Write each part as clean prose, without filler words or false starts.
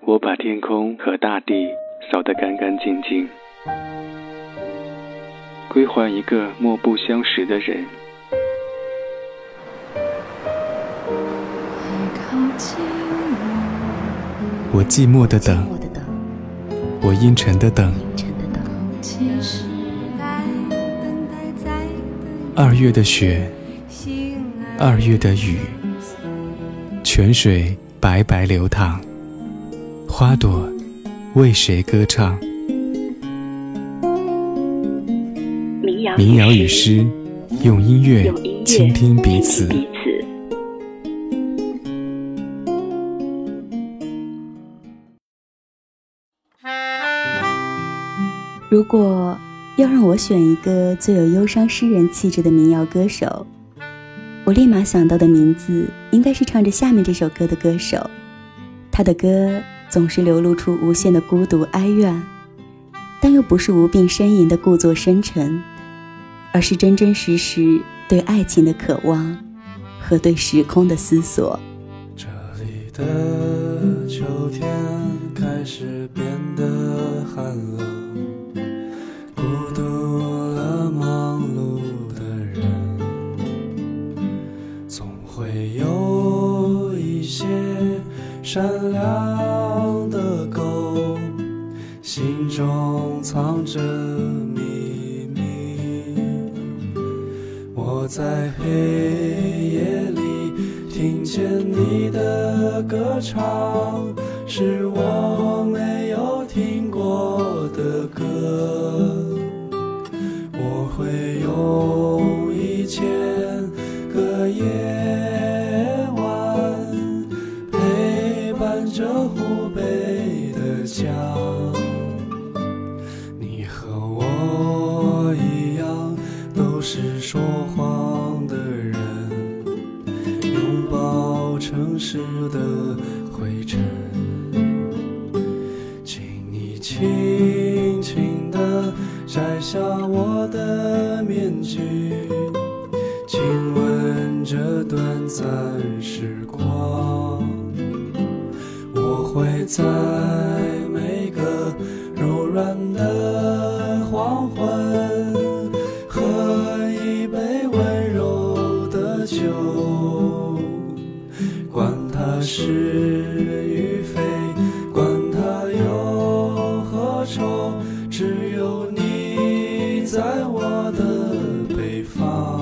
我把天空和大地扫得干干净净，归还一个莫不相识的人。 我寂寞的等，我阴沉的等，2月的雪，2月的雨，泉水白白流淌，花朵为谁歌唱？民谣与诗，用音乐倾听彼此。 如果要让我选一个最有忧伤诗人气质的民谣歌手，我立马想到的名字应该是唱着下面这首歌的歌手。他的歌总是流露出无限的孤独哀怨，但又不是无病呻吟的故作深沉，而是真真实实对爱情的渴望和对时空的思索。 这里的秋天开始变得寒冷，孤独了忙碌的人，总会有一些善良的狗，心中藏着秘密。我在黑夜里听见你的歌唱，是我没有听过的歌。我会用1000个夜晚陪伴着湖北的家。你和我一样都是说谎的人，拥抱城市的灰尘。请你轻轻地摘下我的面具，亲吻这短暂时光。我会在每个柔软的黄昏喝一杯温柔的酒，管它是与非，管它有何愁，只有你在我的北方。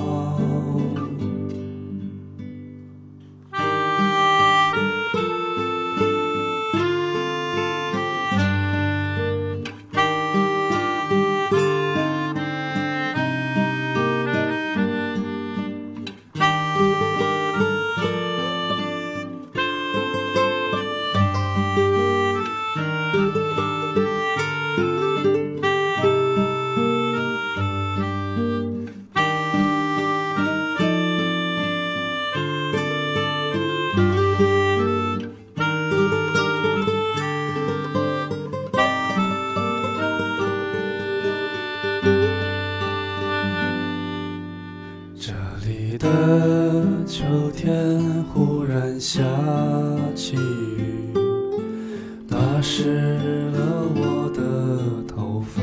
这里的秋天忽然下起雨，打湿了我的头发。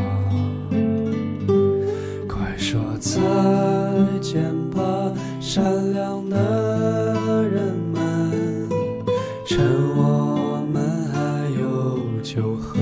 快说再见吧，善良的人们，趁我们还有酒喝。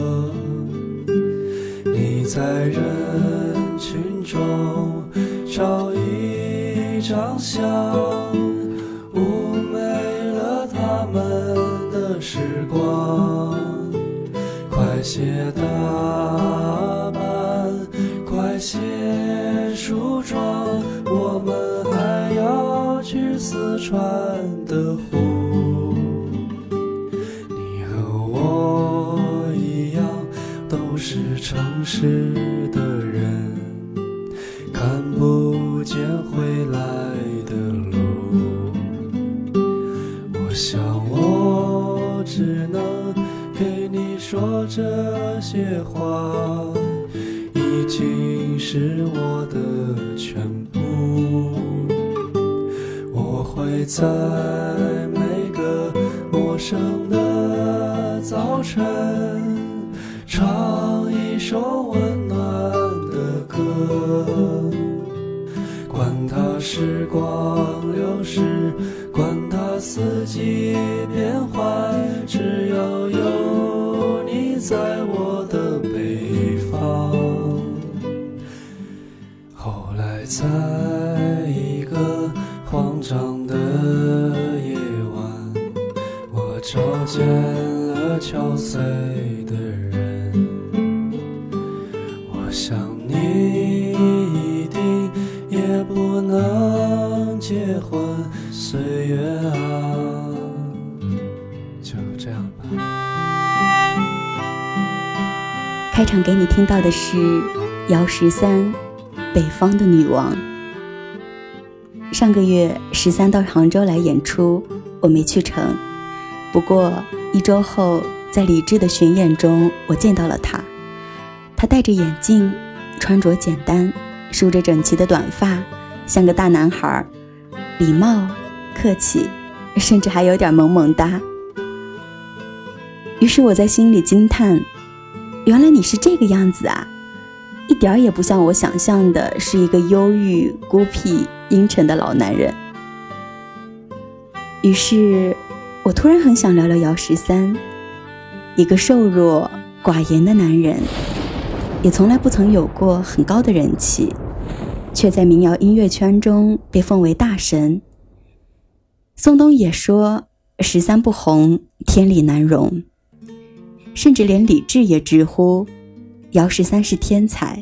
你在人群中照一张相，妩媚了他们的时光。快些打扮，快些梳妆，我们还要去四川的湖。你和我一样都是城市的人，看不见回来的路。我想我只能给你说这些话，已经是我的全部。我会在每个陌生的的早晨，唱一首温暖的歌。管它时光流逝，管它四季变换，只要有你在我的北方。后来在一个慌张的夜晚，我找见了憔悴的人。我想你一定也不能结婚，岁月啊，就这样吧。 开场给你听到的是姚13北方的女王。上个月13到杭州来演出，我没去成，不过1周后在李志的巡演中我见到了她。她戴着眼镜，穿着简单，梳着整齐的短发，像个大男孩，礼貌客气，甚至还有点萌萌哒。于是我在心里惊叹，原来你是这个样子啊，一点也不像我想象的是一个忧郁、孤僻、阴沉的老男人。于是我突然很想聊聊姚13，一个瘦弱寡言的男人，也从来不曾有过很高的人气，却在民谣音乐圈中被奉为大神。宋冬野说13不红，天理难容，甚至连李志也直呼姚13是天才。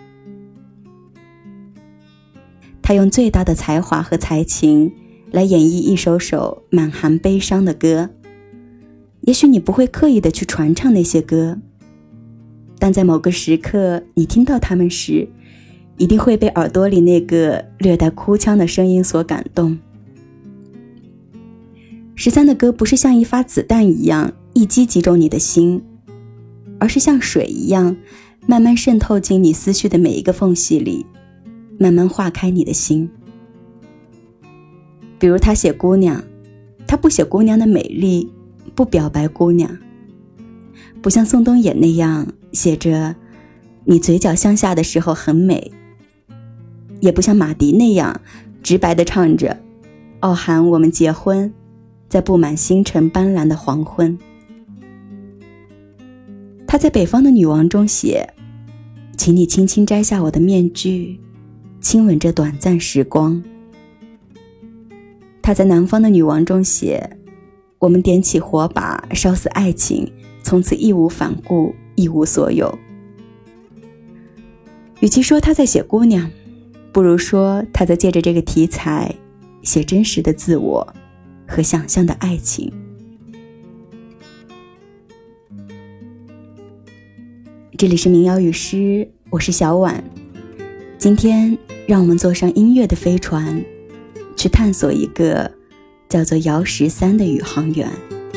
他用最大的才华和才情来演绎一首首满含悲伤的歌。也许你不会刻意的去传唱那些歌，但在某个时刻你听到他们时，一定会被耳朵里那个略带哭腔的声音所感动。13的歌不是像一发子弹一样一击击中你的心，而是像水一样慢慢渗透进你思绪的每一个缝隙里，慢慢化开你的心。比如他写姑娘，他不写姑娘的美丽，不表白姑娘，不像宋冬野那样写着你嘴角向下的时候很美，也不像马迪那样直白地唱着傲寒我们结婚，在布满星辰斑斓的黄昏。他在北方的女王中写，请你轻轻摘下我的面具，亲吻这短暂时光。他在南方的女王中写，我们点起火把，烧死爱情，从此义无反顾，一无所有。与其说他在写姑娘，不如说他在借着这个题材写真实的自我和想象的爱情。这里是民谣与诗，我是小婉。今天让我们坐上音乐的飞船，去探索一个叫做姚13的宇航员。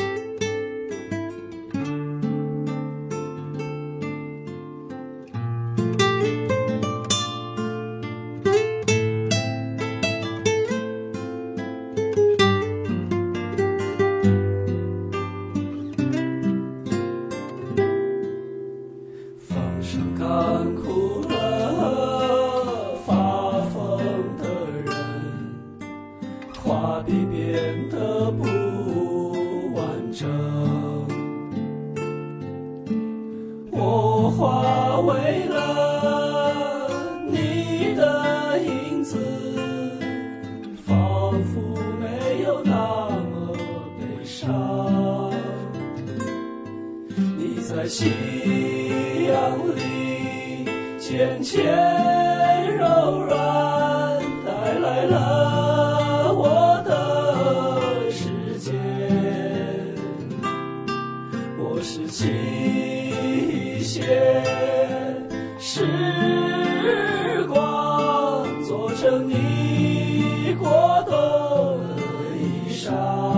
我化为了你的影子，仿佛没有那么悲伤。你在夕阳里渐渐柔软，带来了我的世界。我是期些时光做成你过冬的衣裳，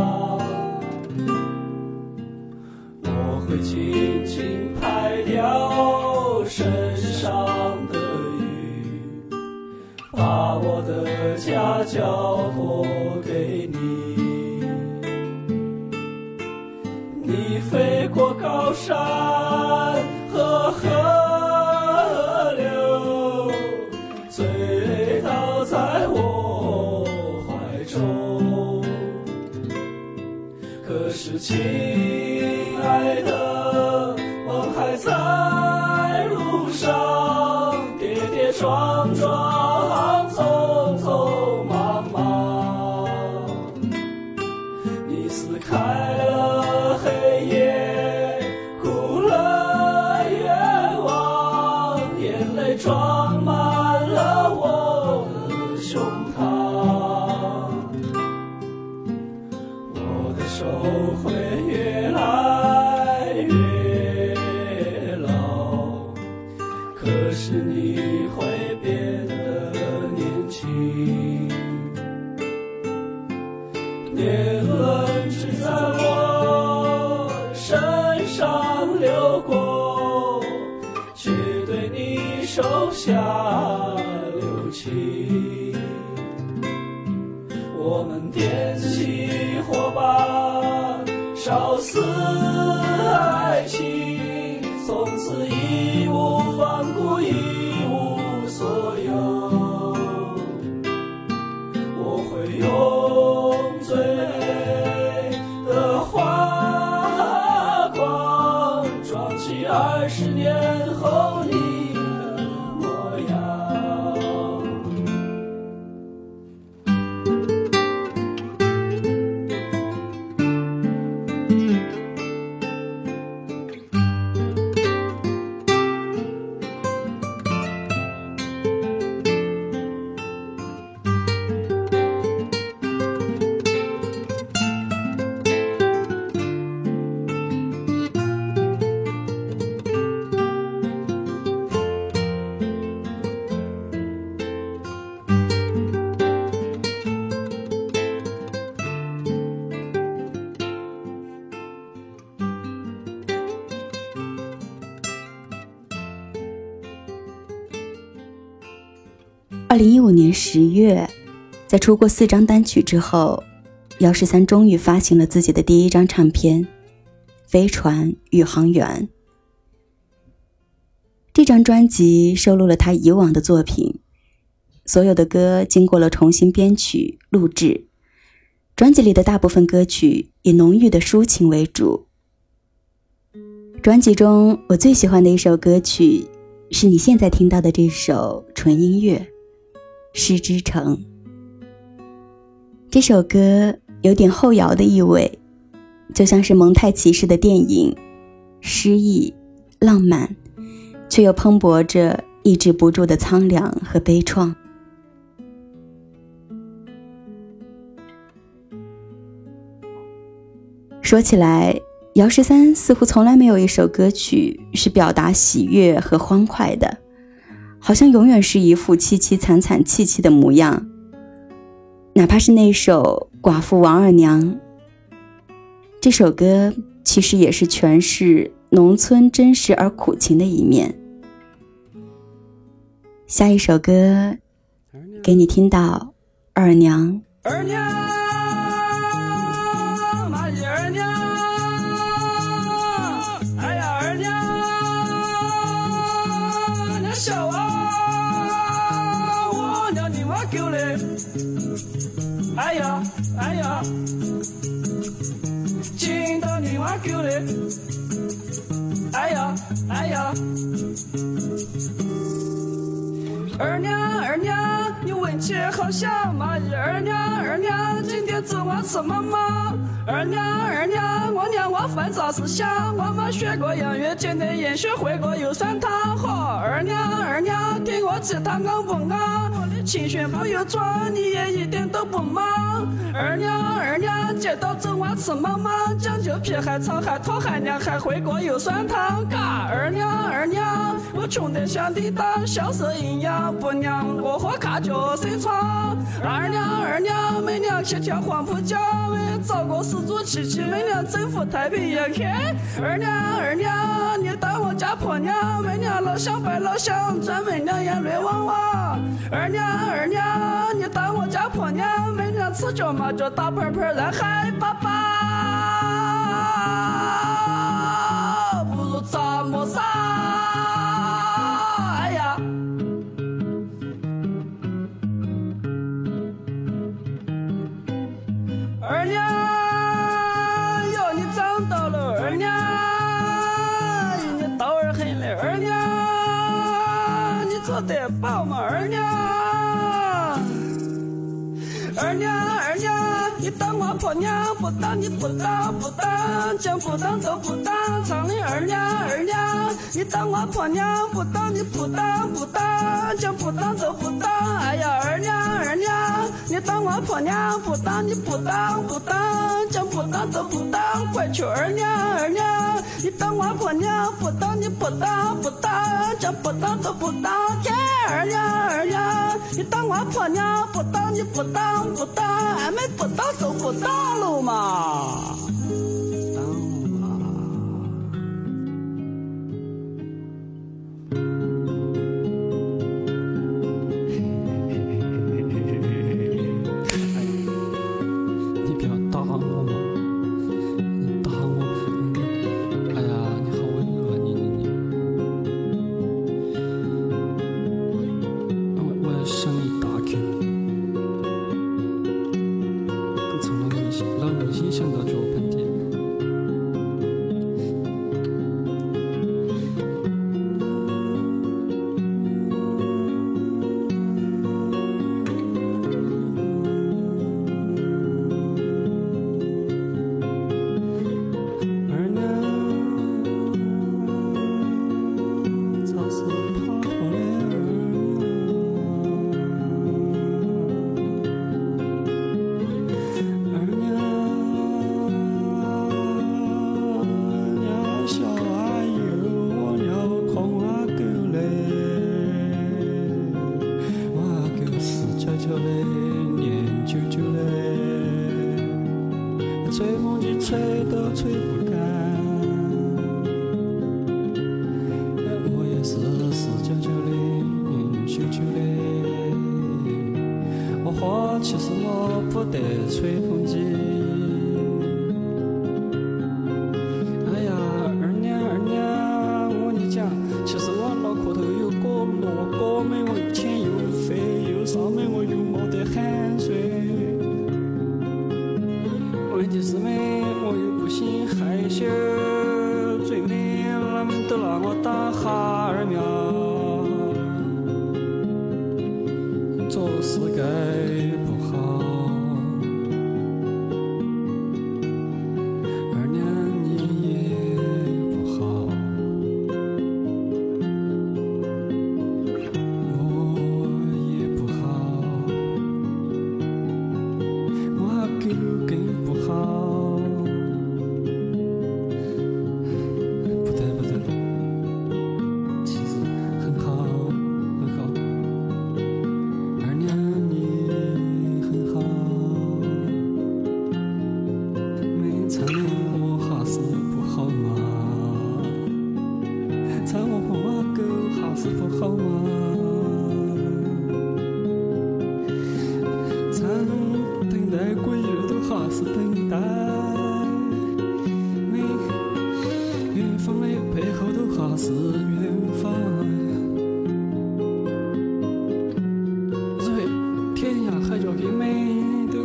我会轻轻拍掉身上的雨，把我的家交托给你。 你飞过高山和河流，醉倒在我怀中。可是亲爱的，梦还在路上，跌跌撞撞，匆匆忙忙。你撕开了黑夜，哭了愿望，眼泪装满了我的胸膛。我的手会越来越老，可是你会变得年轻。年轮只在我身上流过，却对你手下留情。我们点起火把，烧死爱情，从此义无反顾，一无所有。我会用最美的花光，装起20年后你的模样。 2015年10月，在出过4张单曲之后，姚十三终于发行了自己的第1张唱片《飞船宇航员》。这张专辑收录了他以往的作品，所有的歌经过了重新编曲录制，专辑里的大部分歌曲以浓郁的抒情为主。专辑中我最喜欢的一首歌曲是你现在听到的这首纯音乐《诗之城》。这首歌有点后摇的意味，就像是蒙太奇式的电影，诗意浪漫，却又蓬勃着抑制不住的苍凉和悲怆。说起来，姚十三似乎从来没有一首歌曲是表达喜悦和欢快的，好像永远是一副凄凄惨惨戚戚的模样。哪怕是那首《寡妇王二娘》，这首歌其实也是诠释农村真实而苦情的一面。下一首歌给你听到二娘。 二娘，蚂蚁二娘，哎呀二娘，娘笑啊，我娘你娃狗嘞，哎呀哎呀，听到你娃狗嘞，哎呀哎呀。二娘二娘，你闻起好像蚂蚁。二娘二娘，今天中午吃么么？二娘二娘，我娘我饭早是香，我们学过洋乐，今天也学会过油酸汤喝。二娘二娘，听我吉他硬不硬？我的琴弦不又壮，你也一点都不忙。二娘二娘，街道中午吃么么？讲究皮还草还拖还娘，还会过油酸汤嘎。二娘二娘，我穷得像地道，小时营养不娘，我喝卡脚谁床。二娘二娘，每娘去跳黄浦江，找个四柱七七，每娘征服太平洋开。二娘二娘，你当我家婆娘，每娘老乡白老乡，专门两眼泪汪汪。二娘二娘，你当我家婆娘，每娘吃脚麻脚打盆盆，然害爸爸。 得抱嘛，二娘。二娘，二娘，你当我婆娘不当，你不当不当，讲不当都不当，厂里二娘，二娘，你当我婆娘不当，你不当不当，讲不当都不当。哎呀，二娘，二娘，你当我婆娘不当，你不当不当，讲不当都不当。怪求二娘，二娘，你当我婆娘不当，你不当不当，讲不当都不当。天，二娘，二娘，你当我婆娘不当，你不当不当，俺们不当都不当了嘛。其实我不得吹风机。哎呀，二娘二娘，我跟你讲，其实我脑壳头有个锣鼓没，我钱又肥又少没，我又没得汗水。问题是没，我又不行害羞，最美他们都让我打哈儿苗，做事该不好。二娘你也不好，我也不好，我阿狗更不好。不对不对，其实很好很好。二娘你很好，没唱我还是不好嘛，唱我和我狗还是不好嘛，唱等待归日都还是等待，没远方的背后都还是远方。天涯海角的美都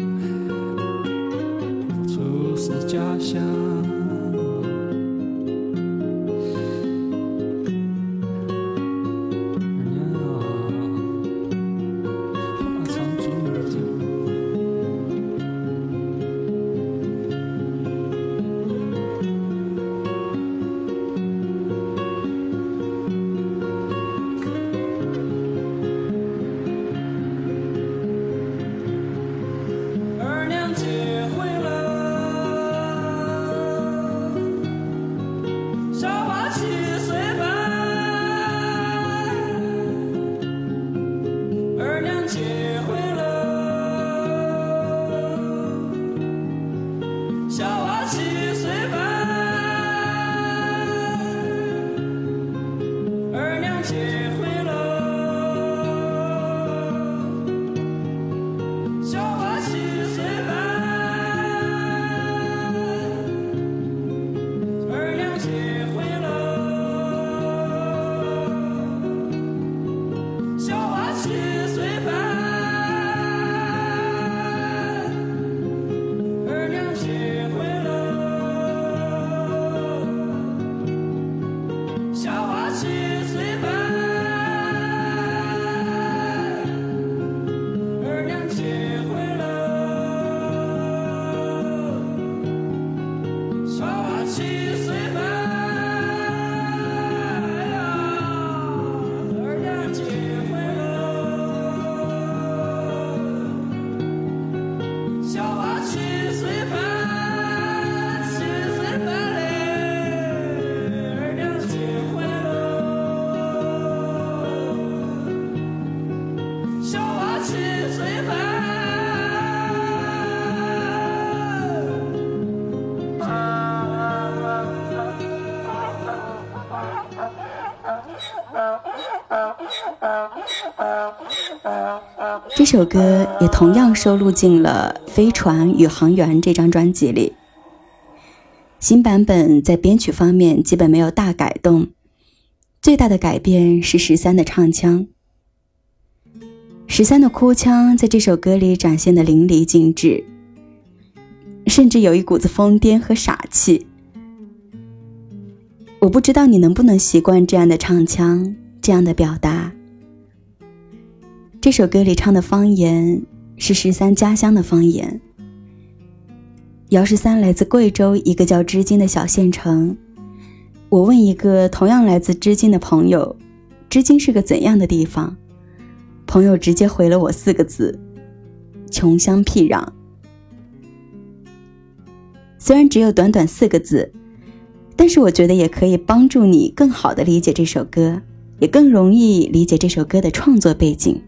付出是假象。二娘啊，我把唱中了就。二娘结婚了， 这首歌也同样收录进了《飞船宇航员》这张专辑里。新版本在编曲方面基本没有大改动，最大的改变是13的唱腔。13的哭腔在这首歌里展现得淋漓尽致，甚至有一股子疯癫和傻气。我不知道你能不能习惯这样的唱腔，这样的表达。这首歌里唱的方言是13家乡的方言。姚13来自贵州一个叫织金的小县城。我问一个同样来自织金的朋友，织金是个怎样的地方？朋友直接回了我4个字：穷乡僻壤。虽然只有短短4个字，但是我觉得也可以帮助你更好地理解这首歌，也更容易理解这首歌的创作背景。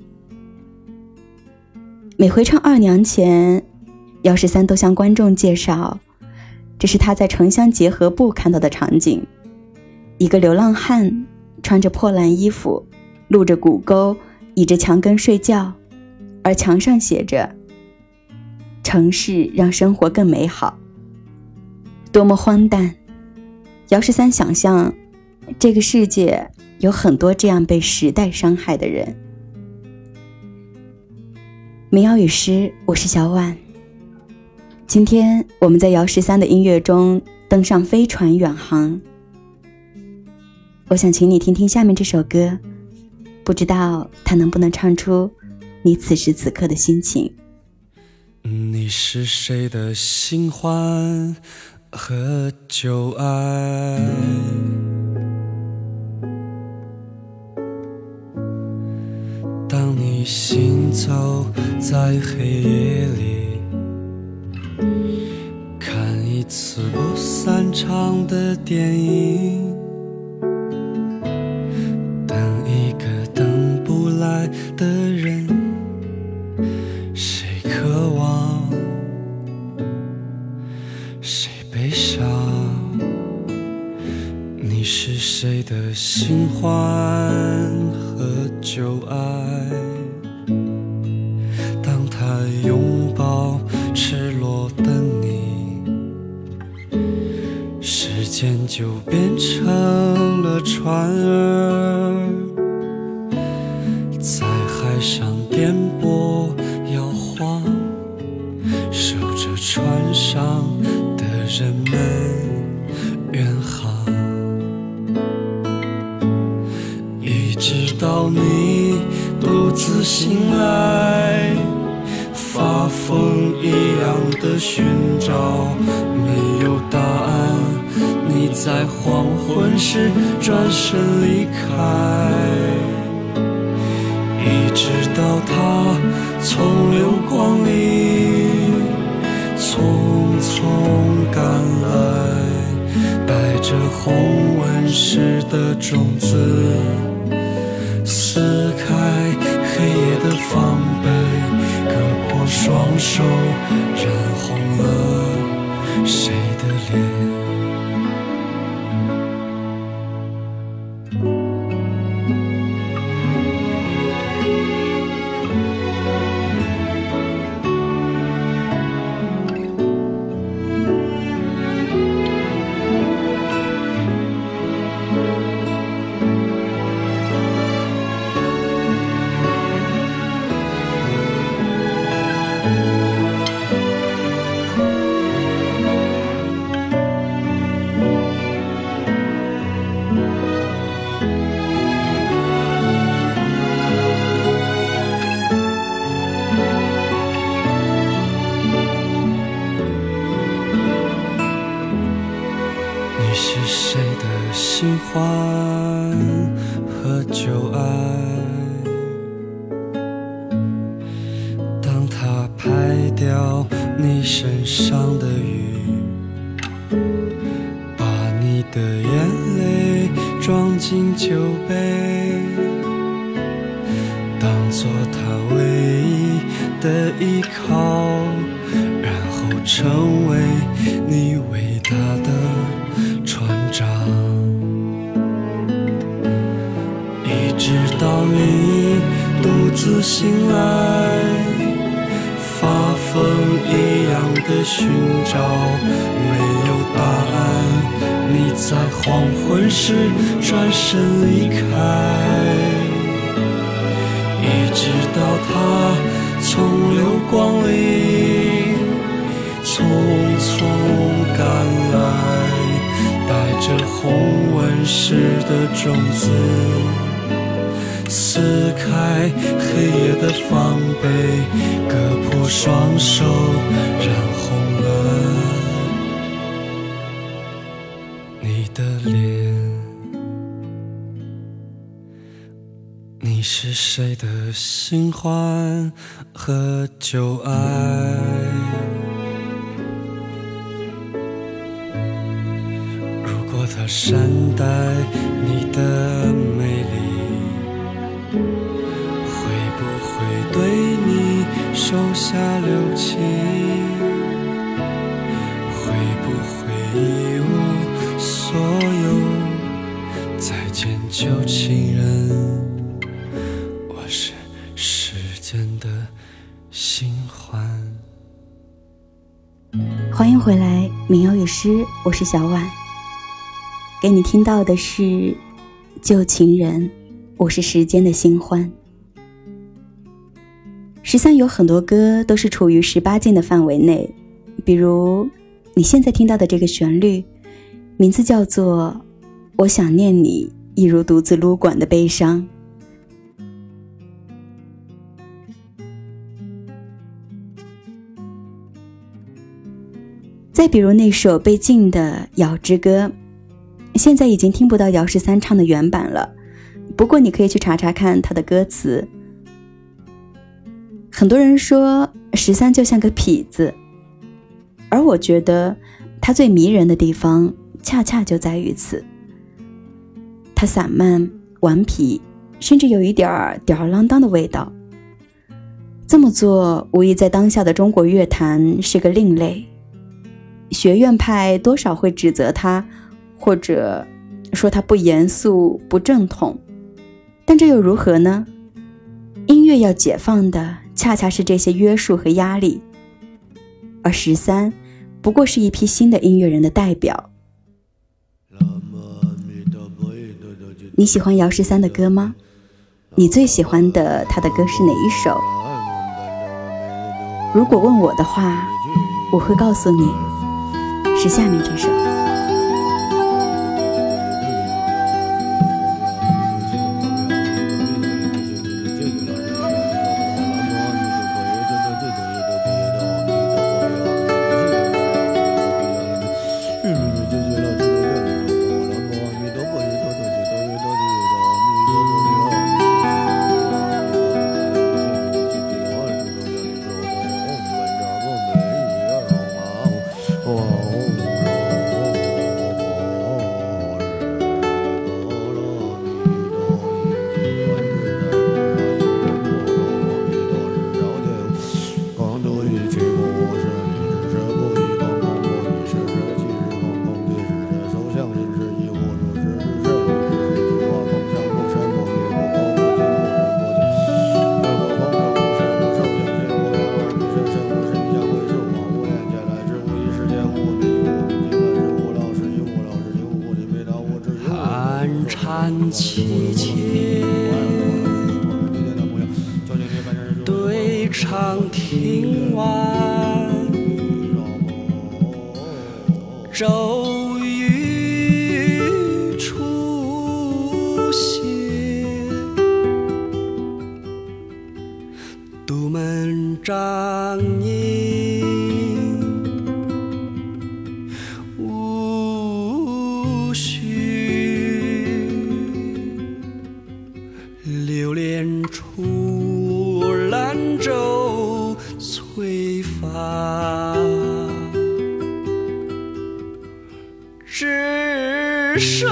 每回唱二娘前，姚13都向观众介绍，这是他在城乡结合部看到的场景。一个流浪汉穿着破烂衣服，露着骨沟，倚着墙根睡觉，而墙上写着城市让生活更美好。多么荒诞！姚13想象这个世界有很多这样被时代伤害的人。民谣与诗，我是小婉。今天我们在姚13的音乐中登上飞船远航。我想请你听听下面这首歌，不知道它能不能唱出你此时此刻的心情。 你是谁的新欢和旧爱？当你行走在黑夜里，看一次不散场的电影，等一个等不来的人，谁渴望，谁悲伤？你是谁的新欢和旧爱？当他拥抱赤裸的你，时间就变成了船儿，在海上颠簸摇晃，守着船上的人们远航，一直到你独自醒来，发疯一样的寻找，没有答案，你在黄昏时转身离开，一直到他从流光里匆匆赶来，带着红纹石的种子，撕开黑夜的防备，割破双手，染红了谁的脸？你是谁的新欢和旧爱？当他拍掉你身上的雨，把你的眼泪装进酒杯，当作他唯一的依靠，然后成为你伟大的船长，一直到你自醒来，发疯一样的寻找，没有答案。你在黄昏时转身离开，一直到他从流光里匆匆赶来，带着红纹石的种子，撕开黑夜的防备，割破双手，染红了你的脸。你是谁的新欢和旧爱？如果他善待你的美丽，会不会对你手下留情？会不会一无所有，再见旧情人？我是时间的新欢。 欢迎回来，民谣与诗，我是小婉。给你听到的是旧情人，我是时间的新欢。13有很多歌都是处于18禁的范围内，比如你现在听到的这个旋律，名字叫做我想念你，一如独自撸管的悲伤。再比如那首被禁的《瑶之歌》，现在已经听不到姚13唱的原版了，不过你可以去查查看他的歌词。很多人说13就像个痞子，而我觉得他最迷人的地方恰恰就在于此。他散漫顽皮，甚至有一点吊儿郎当的味道。这么做无疑在当下的中国乐坛是个另类，学院派多少会指责他，或者说他不严肃不正统，但这又如何呢？音乐要解放的恰恰是这些约束和压力，而13不过是一批新的音乐人的代表。你喜欢姚13的歌吗？你最喜欢的他的歌是哪一首？如果问我的话，我会告诉你是下面这首。 凄切对唱听完，骤雨出现，杜门张映无绪，流连出兰州翠发，只手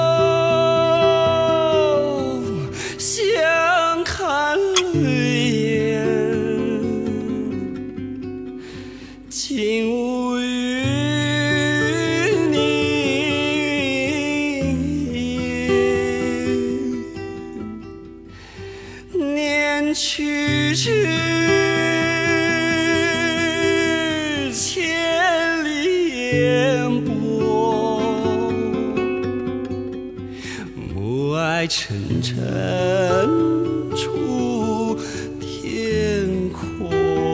相看泪眼，竟无与你年秋波，暮霭沉沉出天空。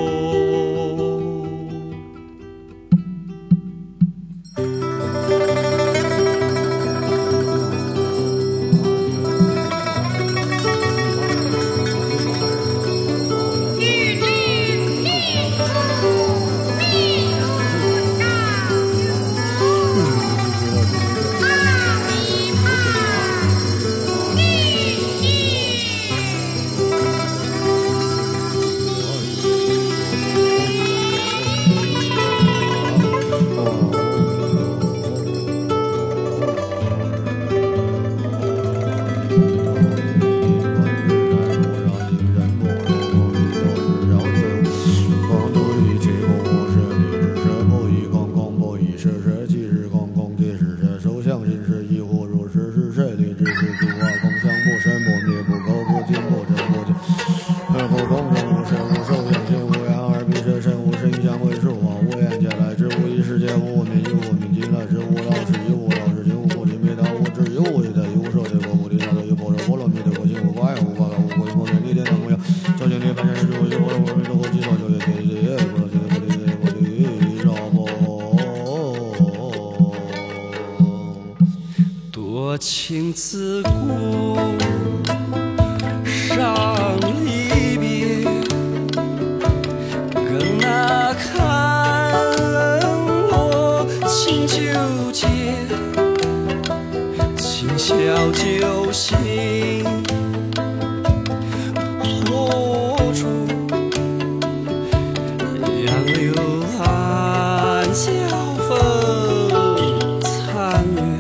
多情自古伤离别，更那看我情纠结，今宵酒醒何处，杨柳暗晓风残月。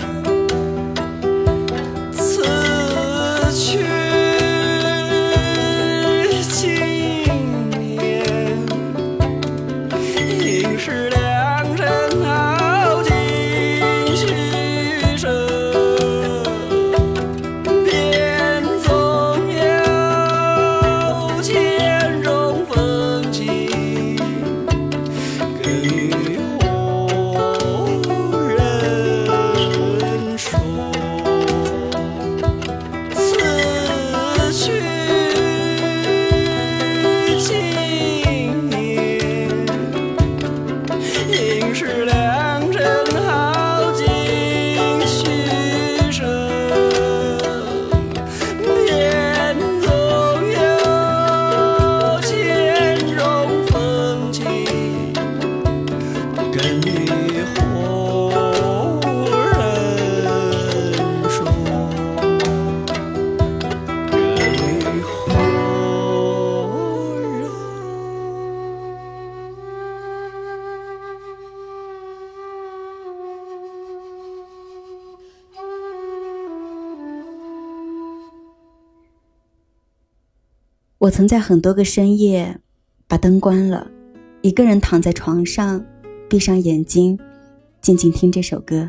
我曾在很多个深夜把灯关了，一个人躺在床上，闭上眼睛，静静听这首歌。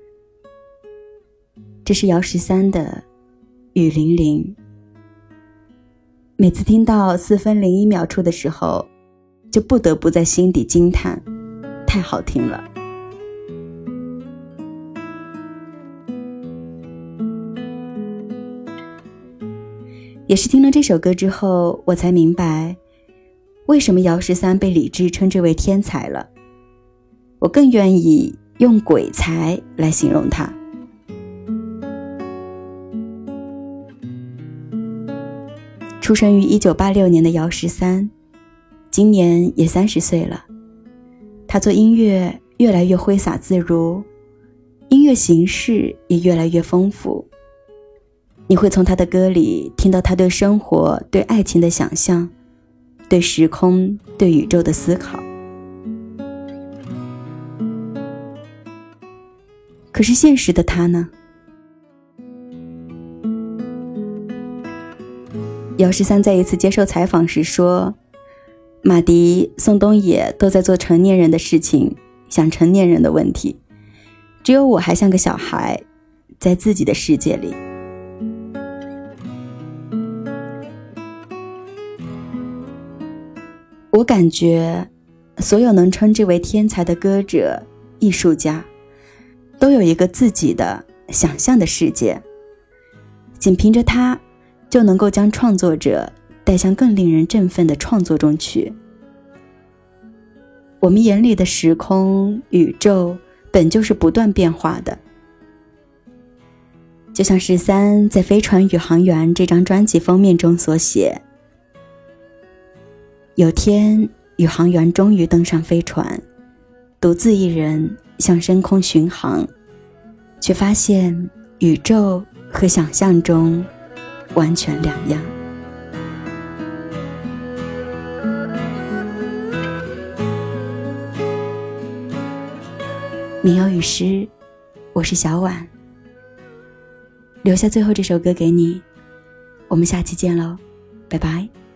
这是姚十三的《雨霖铃》。每次听到4分01秒处的时候，就不得不在心底惊叹，太好听了。也是听了这首歌之后，我才明白为什么姚十三被李志称之为天才了。我更愿意用鬼才来形容他。出生于1986年的姚十三，今年也30岁了。他做音乐越来越挥洒自如，音乐形式也越来越丰富。你会从他的歌里听到他对生活、对爱情的想象，对时空、对宇宙的思考。可是现实的他呢？姚十三在一次接受采访时说，马迪、宋冬野都在做成年人的事情，想成年人的问题，只有我还像个小孩，在自己的世界里。我感觉所有能称之为天才的歌者、艺术家， 都有一个自己的想象的世界，仅凭着它就能够将创作者带向更令人振奋的创作中去。我们眼里的时空宇宙本就是不断变化的，就像13在《飞船宇航员》这张专辑封面中所写，有天宇航员终于登上飞船，独自一人向深空巡航，却发现宇宙和想象中完全两样。民谣与诗，我是小婉，留下最后这首歌给你，我们下期见喽，拜拜。